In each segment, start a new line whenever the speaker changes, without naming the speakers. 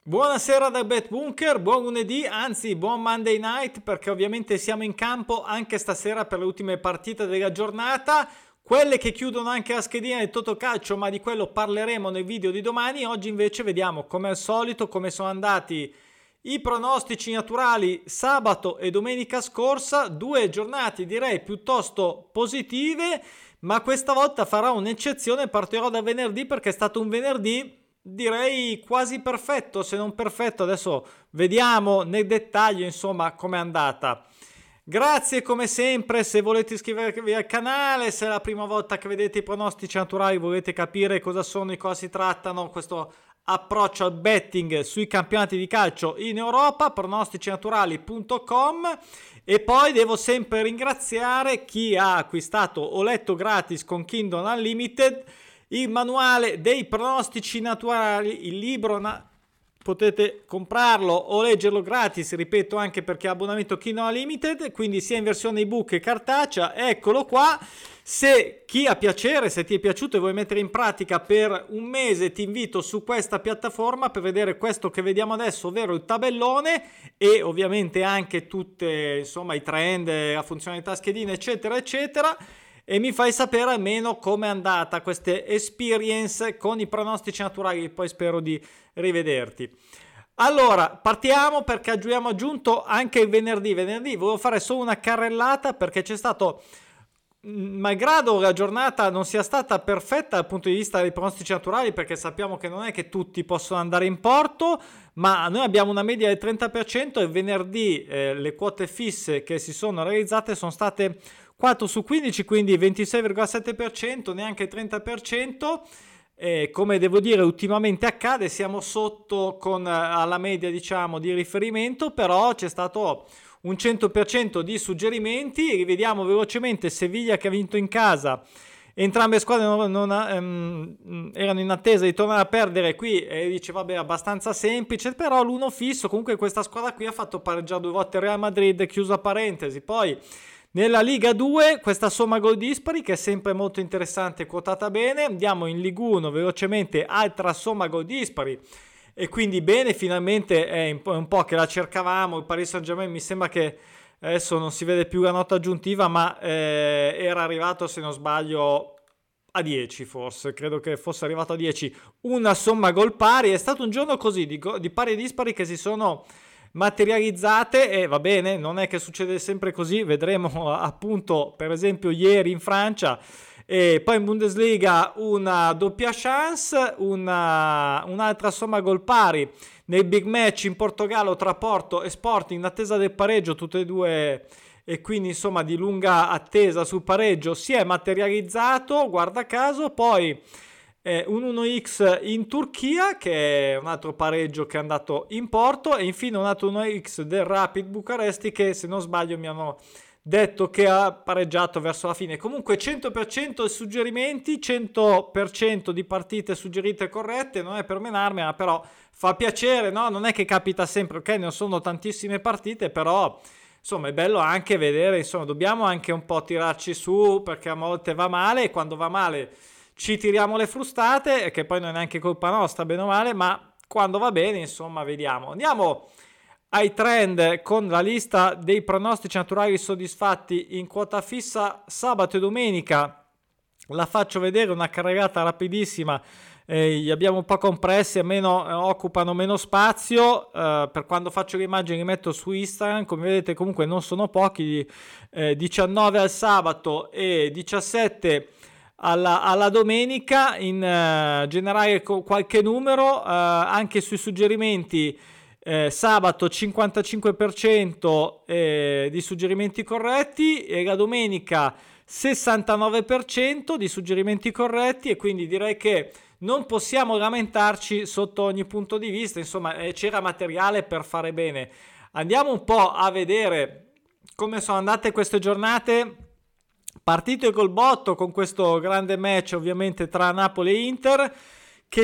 Buonasera da Bet Bunker, buon lunedì, anzi buon Monday night, perché ovviamente siamo in campo anche stasera per le ultime partite della giornata, quelle che chiudono anche la schedina del Totocalcio, ma di quello parleremo nel video di domani. Oggi invece vediamo come al solito come sono andati i pronostici naturali sabato e domenica scorsa, due giornate direi piuttosto positive, ma questa volta farò un'eccezione, partirò da venerdì perché è stato un venerdì direi quasi perfetto, se non perfetto. Adesso vediamo nel dettaglio insomma com'è andata. Grazie come sempre, se volete iscrivervi al canale, se è la prima volta che vedete i pronostici naturali, volete capire cosa sono, di cosa si trattano, questo approccio al betting sui campionati di calcio in Europa, pronosticinaturali.com. E poi devo sempre ringraziare chi ha acquistato o letto gratis con Kindle Unlimited il manuale dei pronostici naturali, il libro potete comprarlo o leggerlo gratis, ripeto, anche perché abbonamento Kindle Unlimited, quindi sia in versione ebook che cartacea. Eccolo qua. Se chi ha piacere, se ti è piaciuto e vuoi mettere in pratica per un mese, ti invito su questa piattaforma per vedere questo che vediamo adesso, ovvero il tabellone, e ovviamente anche tutte insomma i trend, la funzionalità schedine eccetera eccetera. E mi fai sapere almeno com'è andata questa experience con i pronostici naturali, poi spero di rivederti. Allora, partiamo perché abbiamo aggiunto anche il venerdì. Venerdì volevo fare solo una carrellata perché c'è stato, malgrado la giornata non sia stata perfetta dal punto di vista dei pronostici naturali, perché sappiamo che non è che tutti possono andare in porto, ma noi abbiamo una media del 30% e venerdì le quote fisse che si sono realizzate sono state 4 su 15, quindi 26,7%, neanche 30%. Come devo dire ultimamente accade, siamo sotto con alla media diciamo di riferimento, però c'è stato un 100% di suggerimenti. Rivediamo velocemente Sevilla che ha vinto in casa, entrambe le squadre erano in attesa di tornare a perdere qui, e dice vabbè, abbastanza semplice, però l'uno fisso. Comunque questa squadra qui ha fatto pareggiare 2 volte Real Madrid, chiusa parentesi. Poi nella Liga 2 questa somma gol dispari che è sempre molto interessante, quotata bene. Andiamo in Ligue 1 velocemente, altra somma gol dispari, e quindi bene, finalmente è un po' che la cercavamo. Il Paris Saint-Germain mi sembra che adesso non si vede più la nota aggiuntiva, ma era arrivato, se non sbaglio, a 10, forse credo che fosse arrivato a 10 una somma gol pari. È stato un giorno così di pari e dispari che si sono materializzate, e va bene, non è che succede sempre così, vedremo appunto per esempio ieri in Francia. E poi in Bundesliga una doppia chance, un'altra somma gol pari nel big match in Portogallo tra Porto e Sporting, in attesa del pareggio, tutte e due, e quindi insomma di lunga attesa sul pareggio si è materializzato, guarda caso. Poi un 1x in Turchia, che è un altro pareggio che è andato in porto, e infine un altro 1x del Rapid Bucaresti che, se non sbaglio, mi hanno detto che ha pareggiato verso la fine. Comunque 100% di suggerimenti, 100% di partite suggerite corrette. Non è per menarmi, ma però fa piacere, no? Non è che capita sempre, ok, ne sono tantissime partite, però insomma è bello anche vedere, insomma dobbiamo anche un po' tirarci su, perché a volte va male, e quando va male ci tiriamo le frustate, che poi non è neanche colpa nostra, bene o male, ma quando va bene, insomma, vediamo. Andiamo ai trend con la lista dei pronostici naturali soddisfatti in quota fissa sabato e domenica. La faccio vedere, una carregata rapidissima, li abbiamo un po' compressi, occupano meno spazio. Per quando faccio le immagini li metto su Instagram, come vedete comunque non sono pochi, 19 al sabato e 17 alla domenica. In generale qualche numero, anche sui suggerimenti. Sabato 55% di suggerimenti corretti, e la domenica 69% di suggerimenti corretti, e quindi direi che non possiamo lamentarci sotto ogni punto di vista. Insomma, c'era materiale per fare bene. Andiamo un po' a vedere come sono andate queste giornate. Partito col botto con questo grande match ovviamente tra Napoli e Inter, che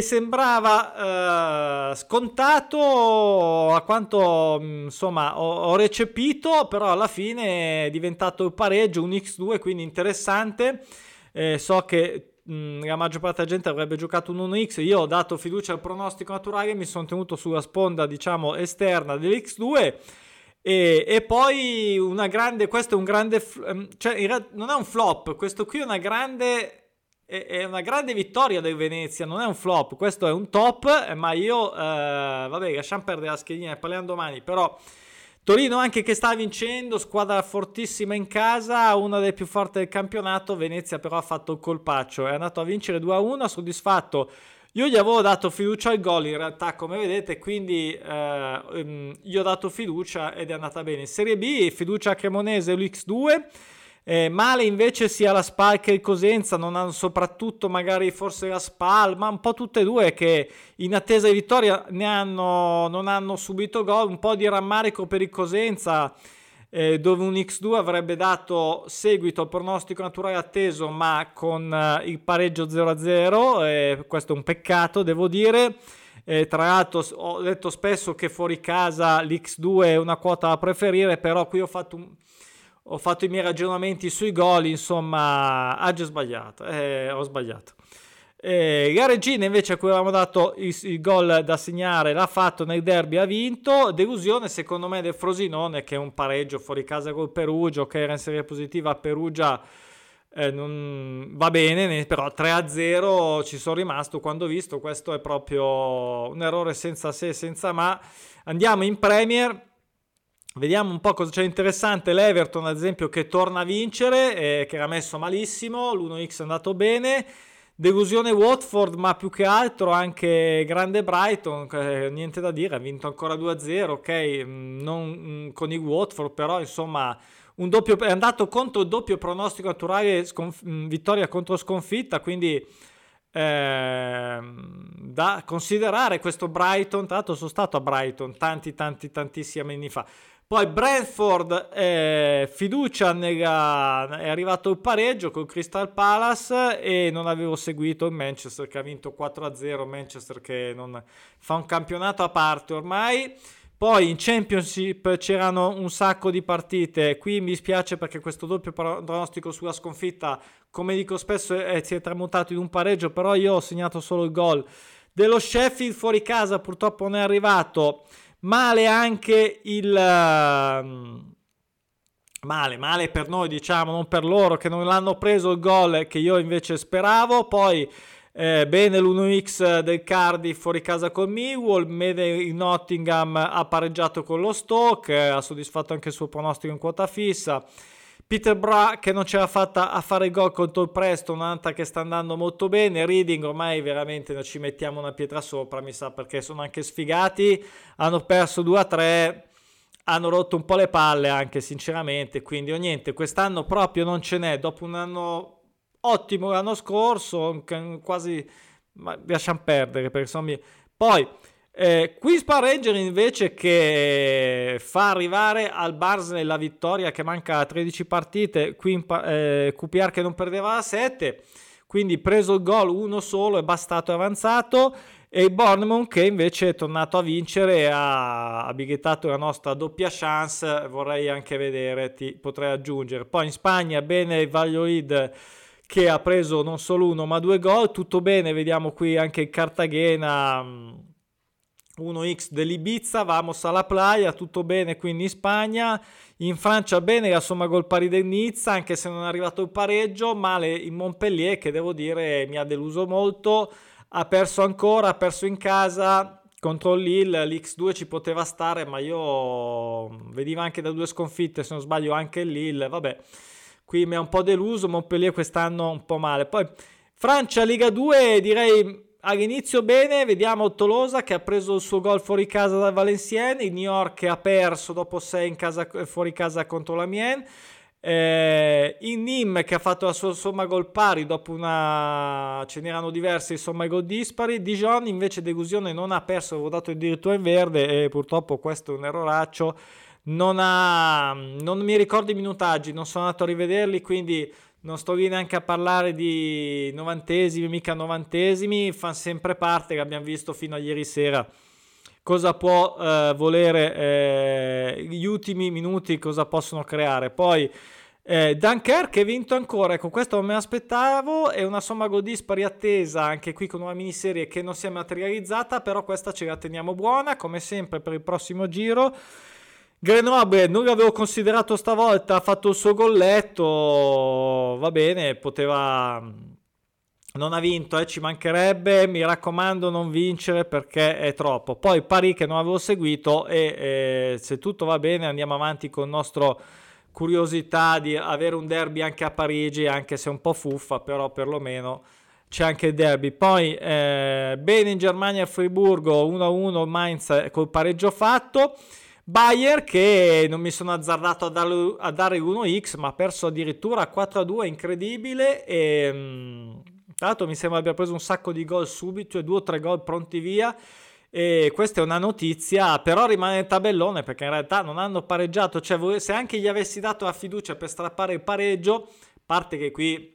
sembrava scontato a quanto insomma ho recepito, però alla fine è diventato il pareggio, un X2, quindi interessante. So che la maggior parte della gente avrebbe giocato un 1x. Io ho dato fiducia al pronostico naturale e mi sono tenuto sulla sponda, diciamo, esterna dell'X2. E poi questo è un grande, cioè non è un flop, questo qui è una grande vittoria del Venezia, non è un flop, questo è un top, ma io, vabbè, lasciamo perdere la schedina, ne parliamo domani, però Torino anche che sta vincendo, squadra fortissima in casa, una delle più forti del campionato. Venezia però ha fatto il colpaccio, è andato a vincere 2-1, soddisfatto. Io gli avevo dato fiducia al gol in realtà, come vedete, quindi gli ho dato fiducia ed è andata bene. In Serie B fiducia a Cremonese l'X2, male invece sia la Spal che il Cosenza, non hanno, soprattutto magari forse la Spal, ma un po' tutte e due che in attesa di vittoria non hanno subito gol. Un po' di rammarico per il Cosenza, dove un X2 avrebbe dato seguito al pronostico naturale atteso, ma con il pareggio 0-0, questo è un peccato, devo dire. Tra l'altro ho detto spesso che fuori casa l'X2 è una quota da preferire, però qui ho fatto i miei ragionamenti sui gol, insomma, ho sbagliato. La Regina invece, a cui avevamo dato il gol da segnare, l'ha fatto nel derby, ha vinto. Delusione secondo me del Frosinone, che è un pareggio fuori casa col Perugia, che era in serie positiva a Perugia, non va bene, però 3-0 ci sono rimasto quando ho visto. Questo è proprio un errore senza se senza ma. Andiamo in Premier, vediamo un po' cosa c'è interessante. L'Everton ad esempio, che torna a vincere, che era messo malissimo, l'1x è andato bene. Delusione Watford, ma più che altro anche grande Brighton, niente da dire, ha vinto ancora 2-0, ok, non con il Watford, però insomma è andato contro il doppio pronostico naturale, vittoria contro sconfitta, quindi da considerare questo Brighton. Tra l'altro sono stato a Brighton tantissimi anni fa. Poi Brentford, fiducia è arrivato il pareggio col Crystal Palace, e non avevo seguito il Manchester che ha vinto 4-0, Manchester che non fa un campionato a parte ormai. Poi in Championship c'erano un sacco di partite, qui mi dispiace perché questo doppio pronostico sulla sconfitta, come dico spesso, si è tramutato in un pareggio, però io ho segnato solo il gol dello Sheffield fuori casa, purtroppo non è arrivato. Male anche male per noi, diciamo, non per loro, che non l'hanno preso il gol che io invece speravo. Poi bene l'1x del Cardiff fuori casa con Millwall, bene il Nottingham ha pareggiato con lo Stoke, ha soddisfatto anche il suo pronostico in quota fissa. Peterborough che non ce l'ha fatta a fare il gol contro il Preston, un'altra che sta andando molto bene. Reading ormai veramente ci mettiamo una pietra sopra, mi sa, perché sono anche sfigati, hanno perso 2-3, hanno rotto un po' le palle anche sinceramente, quindi niente, quest'anno proprio non ce n'è, dopo un anno ottimo l'anno scorso, quasi, ma lasciamo perdere perché sono. Poi Queens Park Rangers invece, che fa arrivare al Barnsley la vittoria, che manca a 13 partite, QPR che non perdeva a 7, quindi preso il gol uno solo, è bastato, è avanzato. E il Bournemouth che invece è tornato a vincere e ha bighettato la nostra doppia chance, vorrei anche vedere, ti potrei aggiungere. Poi in Spagna bene il Valladolid che ha preso non solo uno ma 2 gol, tutto bene, vediamo qui anche il Cartagena 1x dell'Ibiza, vamos alla playa, tutto bene quindi in Spagna. In Francia bene la somma gol pari del Nizza, anche se non è arrivato il pareggio. Male in Montpellier, che devo dire mi ha deluso molto, ha perso in casa contro Lille. L'X2 ci poteva stare, ma io veniva anche da 2 sconfitte, se non sbaglio anche Lille, vabbè, qui mi ha un po' deluso. Montpellier quest'anno un po' male. Poi Francia Liga 2 direi all'inizio bene, vediamo Tolosa che ha preso il suo gol fuori casa dal Valenciennes, il New York che ha perso dopo 6 fuori casa contro l'Amiens, il Nîmes che ha fatto la sua somma gol pari dopo ce n'erano diversi somma gol dispari. Dijon invece delusione, non ha perso, avevo dato addirittura in verde e purtroppo questo è un erroraccio, non mi ricordo i minutaggi, non sono andato a rivederli, quindi non sto lì neanche a parlare di 90esimi, mica 90esimi, fanno sempre parte, l'abbiamo visto fino a ieri sera. Cosa può volere gli ultimi minuti, cosa possono creare. Poi Dunkerque è vinto ancora, ecco, questo non me l'aspettavo, è una somma gol dispari attesa anche qui con una miniserie che non si è materializzata, però questa ce la teniamo buona come sempre per il prossimo giro. Grenoble non l'avevo considerato stavolta, ha fatto il suo golletto, va bene, poteva, non ha vinto, ci mancherebbe, mi raccomando non vincere perché è troppo. Poi Paris che non avevo seguito e se tutto va bene andiamo avanti con il nostro curiosità di avere un derby anche a Parigi, anche se è un po' fuffa, però perlomeno c'è anche il derby. Poi bene in Germania a Friburgo 1-1 Mainz col pareggio fatto. Bayer che non mi sono azzardato a dare l'1x ma ha perso addirittura 4-2, incredibile, e tra l'altro mi sembra abbia preso un sacco di gol subito, cioè 2 o 3 gol pronti via. E questa è una notizia, però rimane nel tabellone perché in realtà non hanno pareggiato, cioè se anche gli avessi dato la fiducia per strappare il pareggio, a parte che qui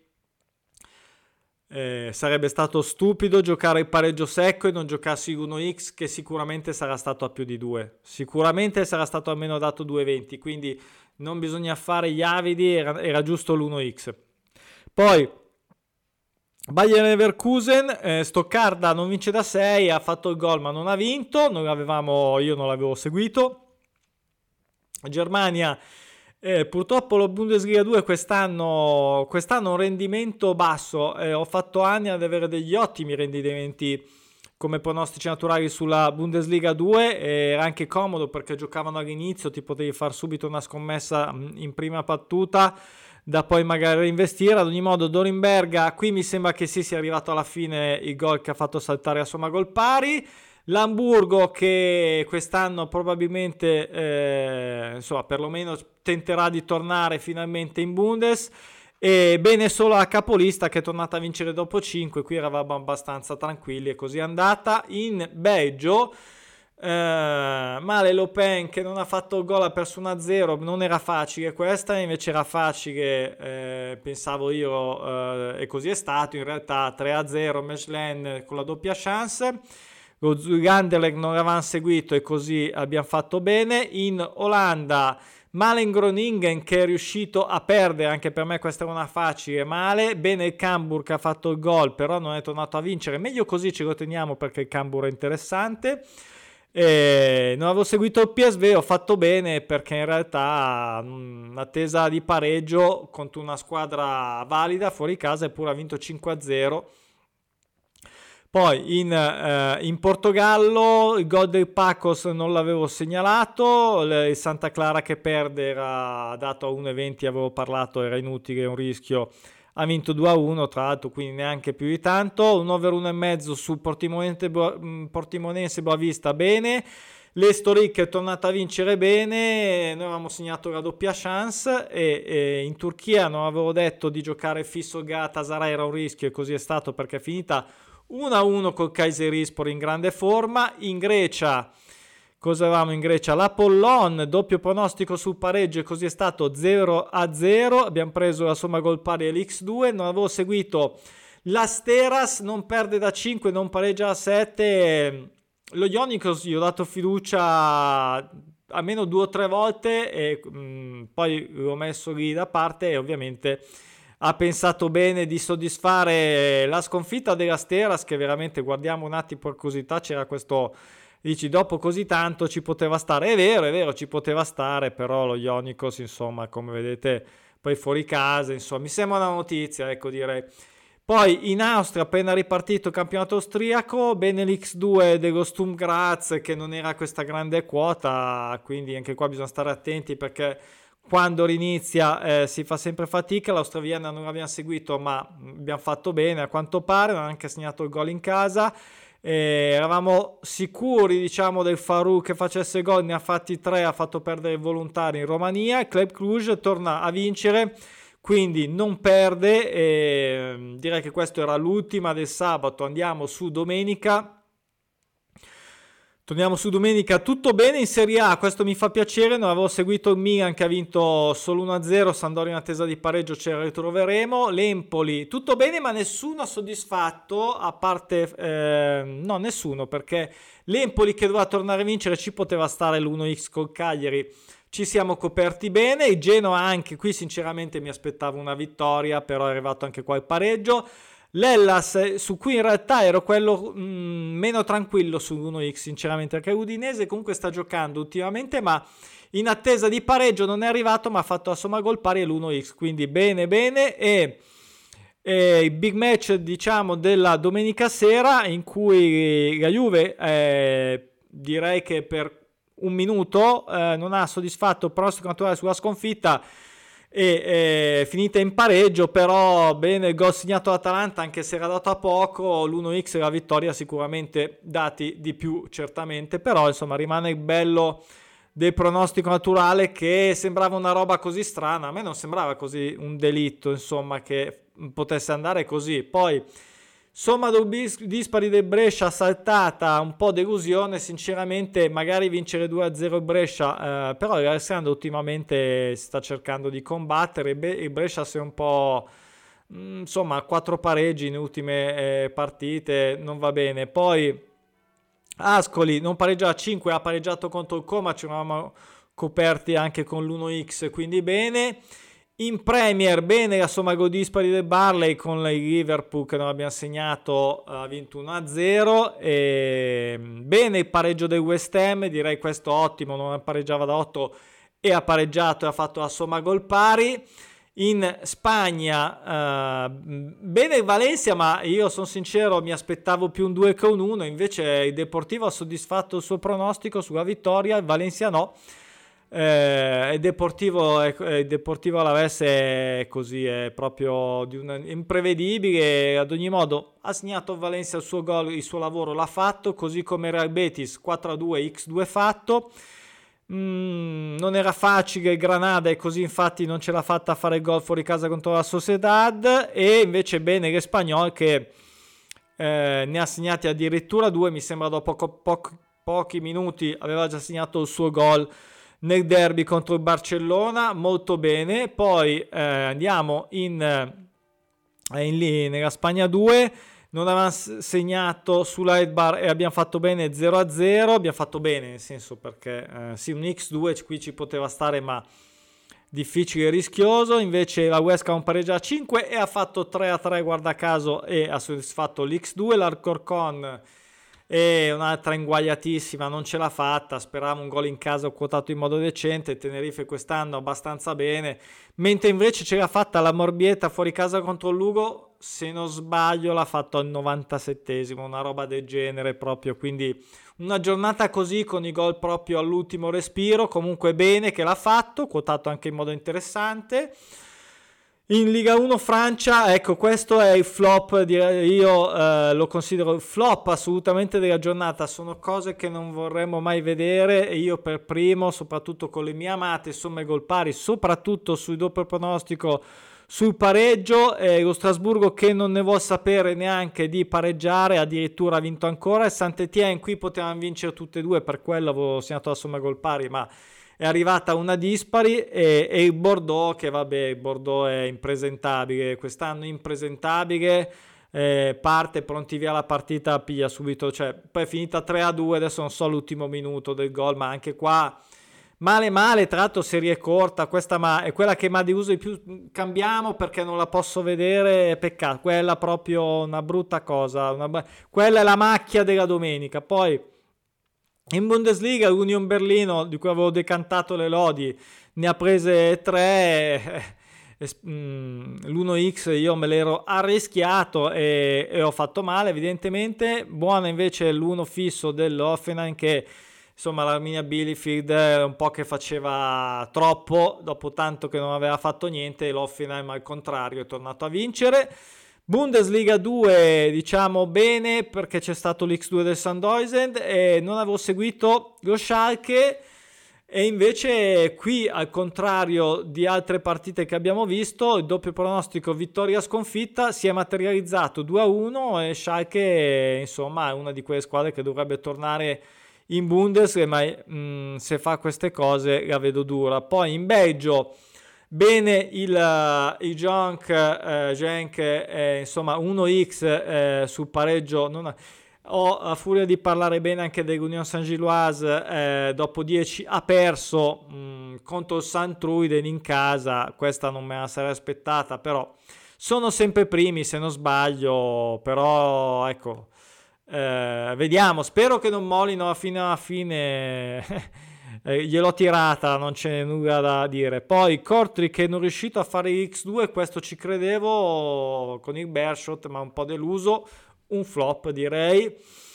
sarebbe stato stupido giocare il pareggio secco e non giocarsi l'1x che sicuramente sarà stato a più di 2, sicuramente sarà stato almeno dato 2,20, quindi non bisogna fare gli avidi, era giusto l'1x. Poi Bayer Leverkusen, Stoccarda non vince da 6, ha fatto il gol ma non ha vinto, io non l'avevo seguito. Germania, purtroppo la Bundesliga 2 quest'anno un rendimento basso, ho fatto anni ad avere degli ottimi rendimenti come pronostici naturali sulla Bundesliga 2, era anche comodo perché giocavano all'inizio, ti potevi far subito una scommessa in prima battuta da poi magari reinvestire. Ad ogni modo Dorimberga qui mi sembra che sia arrivato alla fine il gol che ha fatto saltare a somma gol pari. L'Hamburgo che quest'anno probabilmente insomma perlomeno tenterà di tornare finalmente in Bundes, e bene solo la capolista che è tornata a vincere dopo 5, qui eravamo abbastanza tranquilli e così è andata. In Belgio male Le Pen che non ha fatto il gol, ha perso 1-0, non era facile questa, invece era facile, pensavo io, e così è stato in realtà. 3-0 Mechelen con la doppia chance, lo Anderlecht non l'avevamo seguito e così abbiamo fatto bene. In Olanda male in Groningen che è riuscito a perdere, anche per me questa era una facile, male. Bene il Cambuur che ha fatto il gol però non è tornato a vincere, meglio così, ce lo teniamo perché il Cambuur è interessante. Non avevo seguito il PSV, ho fatto bene perché in realtà attesa di pareggio contro una squadra valida fuori casa, eppure ha vinto 5-0. Poi in Portogallo il gol del Pacos non l'avevo segnalato, il Santa Clara che perde era dato a 1,20, avevo parlato, era inutile, è un rischio, ha vinto 2-1 tra l'altro, quindi neanche più di tanto. Un over 1,5 su Portimonense Boavista, bene. L'Estoric è tornata a vincere bene, noi avevamo segnato la doppia chance, e in Turchia non avevo detto di giocare fisso Galatasaray, era un rischio e così è stato perché è finita 1-1 col Kayserispor in grande forma. In Grecia, cosa avevamo in Grecia? L'Apollon, doppio pronostico sul pareggio e così è stato 0-0, abbiamo preso la somma gol pari all'X2. Non avevo seguito l'Asteras, non perde da 5, non pareggia da 7. Lo Ionikos gli ho dato fiducia almeno 2 o 3 volte e poi l'ho messo lì da parte, e ovviamente ha pensato bene di soddisfare la sconfitta della Steras, che veramente, guardiamo un attimo per curiosità, c'era questo, dici dopo così tanto ci poteva stare, è vero ci poteva stare, però lo Ionikos insomma come vedete poi fuori casa, insomma mi sembra una notizia, ecco, direi. Poi in Austria appena ripartito il campionato austriaco, bene l'X2 dello Sturm Graz che non era questa grande quota, quindi anche qua bisogna stare attenti perché quando rinizia si fa sempre fatica. L'Austria Vienna non l'abbiamo seguito ma abbiamo fatto bene a quanto pare, non ha anche segnato il gol in casa. Eravamo sicuri diciamo del Faru che facesse gol, ne ha fatti 3, ha fatto perdere il Volontari in Romania. Il Club Cluj torna a vincere, quindi non perde, e direi che questa era l'ultima del sabato. Torniamo su domenica, tutto bene in Serie A, questo mi fa piacere. Non avevo seguito il Milan che ha vinto solo 1-0, Sampdoria in attesa di pareggio, ce la ritroveremo. L'Empoli tutto bene ma nessuno soddisfatto, a parte no, nessuno, perché l'Empoli che doveva tornare a vincere, ci poteva stare l'1x col Cagliari, ci siamo coperti bene. Il Genoa anche qui sinceramente mi aspettavo una vittoria, però è arrivato anche qua il pareggio. L'Hellas, su cui in realtà ero quello meno tranquillo sull'1x sinceramente, perché l'Udinese comunque sta giocando ultimamente, ma in attesa di pareggio non è arrivato, ma ha fatto la somma gol pari all'1x, quindi bene bene. E il big match diciamo della domenica sera, in cui la Juve direi che per un minuto non ha soddisfatto il pronostico naturale sulla sconfitta e finita in pareggio, però bene il gol segnato all'Atalanta, anche se era dato a poco. L'1x e la vittoria sicuramente dati di più certamente, però insomma rimane il bello del pronostico naturale, che sembrava una roba così strana. A me non sembrava così un delitto insomma che potesse andare così. Poi somma dispari del Brescia saltata, un po' delusione sinceramente, magari vincere 2-0 il Brescia, però l'Alessandro ultimamente sta cercando di combattere. Il Brescia si è un po' insomma 4 pareggi in ultime partite, non va bene. Poi Ascoli non pareggia a 5, ha pareggiato contro il Como, ci eravamo coperti anche con l'1x, quindi bene. In Premier bene la somma gol dispari del Barley, con il Liverpool che non abbiamo segnato, ha vinto 1-0, e bene il pareggio del West Ham, direi questo ottimo, non pareggiava da 8 e ha pareggiato e ha fatto la somma gol pari. In Spagna bene il Valencia, ma io sono sincero, mi aspettavo più un 2 che un 1, invece il Deportivo ha soddisfatto il suo pronostico sulla vittoria, il Valencia no. Il Deportivo Alavés è così, è proprio imprevedibile. Ad ogni modo ha segnato il Valencia il suo gol, il suo lavoro l'ha fatto, così come Real Betis 4-2 x2 fatto. Non era facile il Granada, e così infatti non ce l'ha fatta a fare il gol fuori casa contro la Sociedad. E invece bene l'Espanyol, che ne ha segnati addirittura 2, mi sembra dopo pochi minuti aveva già segnato il suo gol nel derby contro il Barcellona, molto bene. Poi andiamo nella Spagna 2, non avevamo segnato sulla Edbar e abbiamo fatto bene 0-0, abbiamo fatto bene nel senso perché sì, un x2 qui ci poteva stare, ma difficile e rischioso. Invece la Huesca ha un pareggio a 5 e ha fatto 3-3 guarda caso, e ha soddisfatto l'x2. L'Alcorcon e un'altra inguagliatissima, non ce l'ha fatta. Speravo un gol in casa quotato in modo decente. Tenerife quest'anno abbastanza bene, mentre invece ce l'ha fatta la Morbieta fuori casa contro il Lugo, se non sbaglio l'ha fatto al 97esimo, una roba del genere proprio. Quindi una giornata così, con i gol proprio all'ultimo respiro. Comunque bene che l'ha fatto, quotato anche in modo interessante. In Liga 1 Francia, ecco, questo è il flop, io lo considero il flop assolutamente della giornata. Sono cose che non vorremmo mai vedere, e io per primo, soprattutto con le mie amate somme gol pari, soprattutto sul doppio pronostico sul pareggio. Lo Strasburgo che non ne vuol sapere neanche di pareggiare, addirittura ha vinto ancora. E Saint-Étienne qui potevano vincere tutte e due, per quello avevo segnato la somma gol pari, ma è arrivata una dispari. E il Bordeaux, che vabbè, il Bordeaux è impresentabile quest'anno, impresentabile, parte pronti via la partita, piglia subito, cioè poi è finita 3-2, adesso non so l'ultimo minuto del gol, ma anche qua male, tra l'altro serie corta questa, ma è quella che mi ha deluso di più. Cambiamo perché non la posso vedere, peccato, quella proprio una brutta cosa, quella è la macchia della domenica. Poi in Bundesliga l'Union Berlino, di cui avevo decantato le lodi, ne ha prese 3. L'1x io me l'ero arrischiato e ho fatto male evidentemente. Buona invece l'1 fisso dell'Hoffenheim, che insomma l'Arminia Bielefeld un po' che faceva troppo dopo tanto che non aveva fatto niente, e l'Hoffenheim al contrario è tornato a vincere. Bundesliga 2 diciamo bene, perché c'è stato l'X2 del Sandhausen e non avevo seguito lo Schalke, e invece qui, al contrario di altre partite che abbiamo visto, il doppio pronostico vittoria sconfitta si è materializzato 2-1, e Schalke insomma è una di quelle squadre che dovrebbe tornare in Bundes, ma se fa queste cose la vedo dura. Poi in Belgio bene il Genk, insomma 1x sul pareggio, a furia di parlare bene anche dell'Union Saint-Gilloise, dopo 10 ha perso contro il Sint-Truiden in casa. Questa non me la sarei aspettata, però sono sempre primi se non sbaglio, però ecco, vediamo, spero che non mollino fino alla fine. Gliel'ho tirata, non c'è nulla da dire. Poi Kortrijk che non è riuscito a fare X2, questo ci credevo con il Beerschot, ma un po' deluso, un flop direi.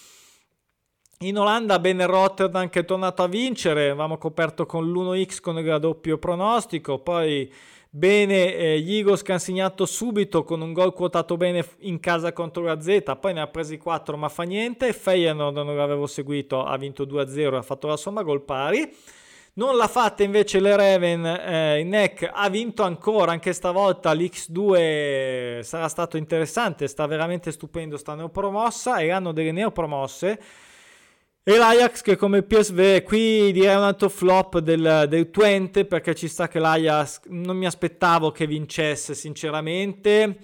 In Olanda bene Rotterdam che è tornato a vincere, avevamo coperto con l'1x con il doppio pronostico, poi bene gli Eagles che hanno segnato subito con un gol quotato bene in casa contro la Z, poi ne ha presi 4 ma fa niente. Feyenoord non l'avevo seguito, ha vinto 2-0 e ha fatto la somma gol pari. Non l'ha fatta invece le Raven, il NEC ha vinto ancora, anche stavolta l'X2 sarà stato interessante, sta veramente stupendo sta neopromossa e hanno delle neopromosse. E l'Ajax che come PSV, qui direi un altro flop del Twente, perché ci sta che l'Ajax non mi aspettavo che vincesse sinceramente.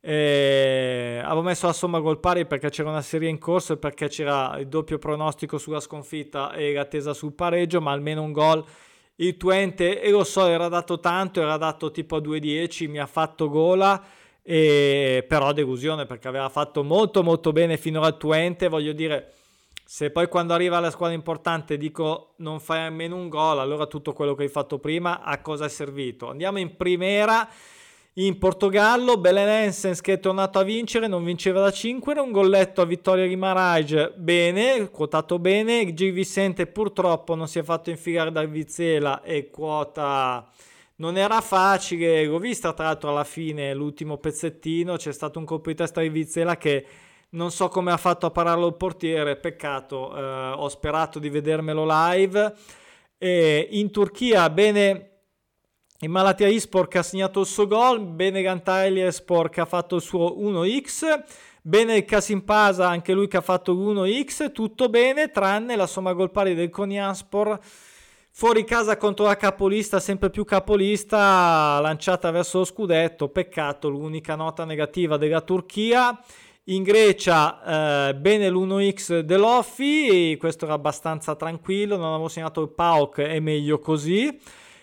Avevo messo la somma gol pari perché c'era una serie in corso e perché c'era il doppio pronostico sulla sconfitta e l'attesa sul pareggio, ma almeno un gol il Twente, e lo so, era dato tanto, era dato tipo a 2-10, mi ha fatto gola, però delusione perché aveva fatto molto molto bene finora al Twente. Voglio dire, se poi quando arriva la squadra importante dico non fai almeno un gol, allora tutto quello che hai fatto prima a cosa è servito? Andiamo in Primera, in Portogallo, Belenenses che è tornato a vincere, non vinceva da 5, un golletto a vittoria di Maraj, bene, quotato bene. Gil Vicente purtroppo non si è fatto infilare dal Vizela e quota non era facile, l'ho vista tra l'altro alla fine l'ultimo pezzettino, c'è stato un colpo di testa di Vizela che non so come ha fatto a pararlo il portiere, peccato, ho sperato di vedermelo live. In Turchia bene il Malatyaspor che ha segnato il suo gol, bene Antalyaspor che ha fatto il suo 1x, bene il Kasimpasa anche lui che ha fatto l'1x, tutto bene tranne la somma gol pari del Konyaspor fuori casa contro la capolista, sempre più capolista, lanciata verso lo scudetto, peccato, l'unica nota negativa della Turchia. In Grecia bene l'1x dell'Offi, questo era abbastanza tranquillo, non avevo segnato il PAOK, è meglio così.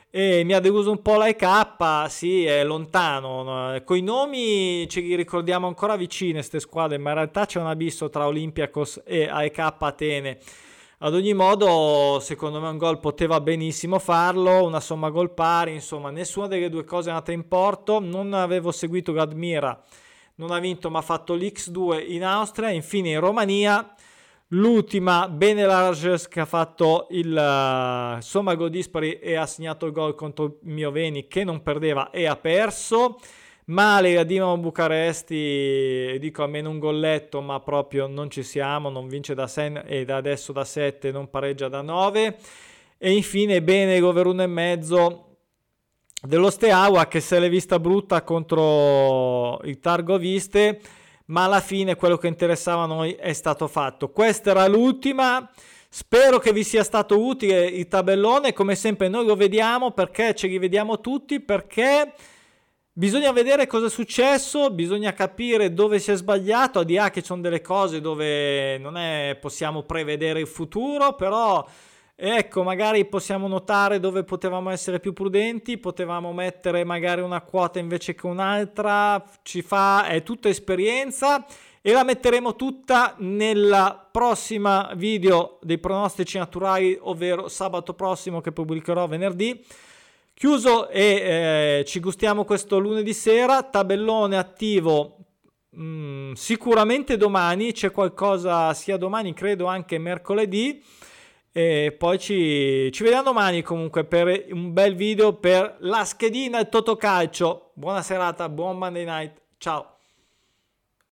E mi ha deluso un po' l'AEK, sì, è lontano, coi nomi ce li ricordiamo ancora vicine queste squadre, ma in realtà c'è un abisso tra Olympiakos e AEK Atene. Ad ogni modo secondo me un gol poteva benissimo farlo, una somma gol pari, insomma nessuna delle due cose è andata in porto. Non avevo seguito l'Admira, non ha vinto ma ha fatto l'X2 in Austria. Infine in Romania l'ultima bene Larges che ha fatto il somma gol dispari e ha segnato il gol contro il Mioveni che non perdeva e ha perso. Male la Dinamo Bucaresti, dico almeno un golletto ma proprio non ci siamo, non vince da 6 e da adesso da 7, non pareggia da 9. E infine bene l'over 1,5 dello Steaua che se l'è vista brutta contro il Targoviste, ma alla fine quello che interessava a noi è stato fatto. Questa era l'ultima, spero che vi sia stato utile il tabellone, come sempre noi lo vediamo perché ce li vediamo tutti, perché bisogna vedere cosa è successo, bisogna capire dove si è sbagliato, al di là che ci sono delle cose dove non è possiamo prevedere il futuro, però ecco, magari possiamo notare dove potevamo essere più prudenti, potevamo mettere magari una quota invece che un'altra, è tutta esperienza e la metteremo tutta nella prossima video dei pronostici naturali, ovvero sabato prossimo che pubblicherò venerdì. Chiuso e ci gustiamo questo lunedì sera, tabellone attivo sicuramente domani, c'è qualcosa sia domani credo anche mercoledì. E poi ci vediamo domani comunque per un bel video per la schedina del Totocalcio. Buona serata, buon Monday night, ciao.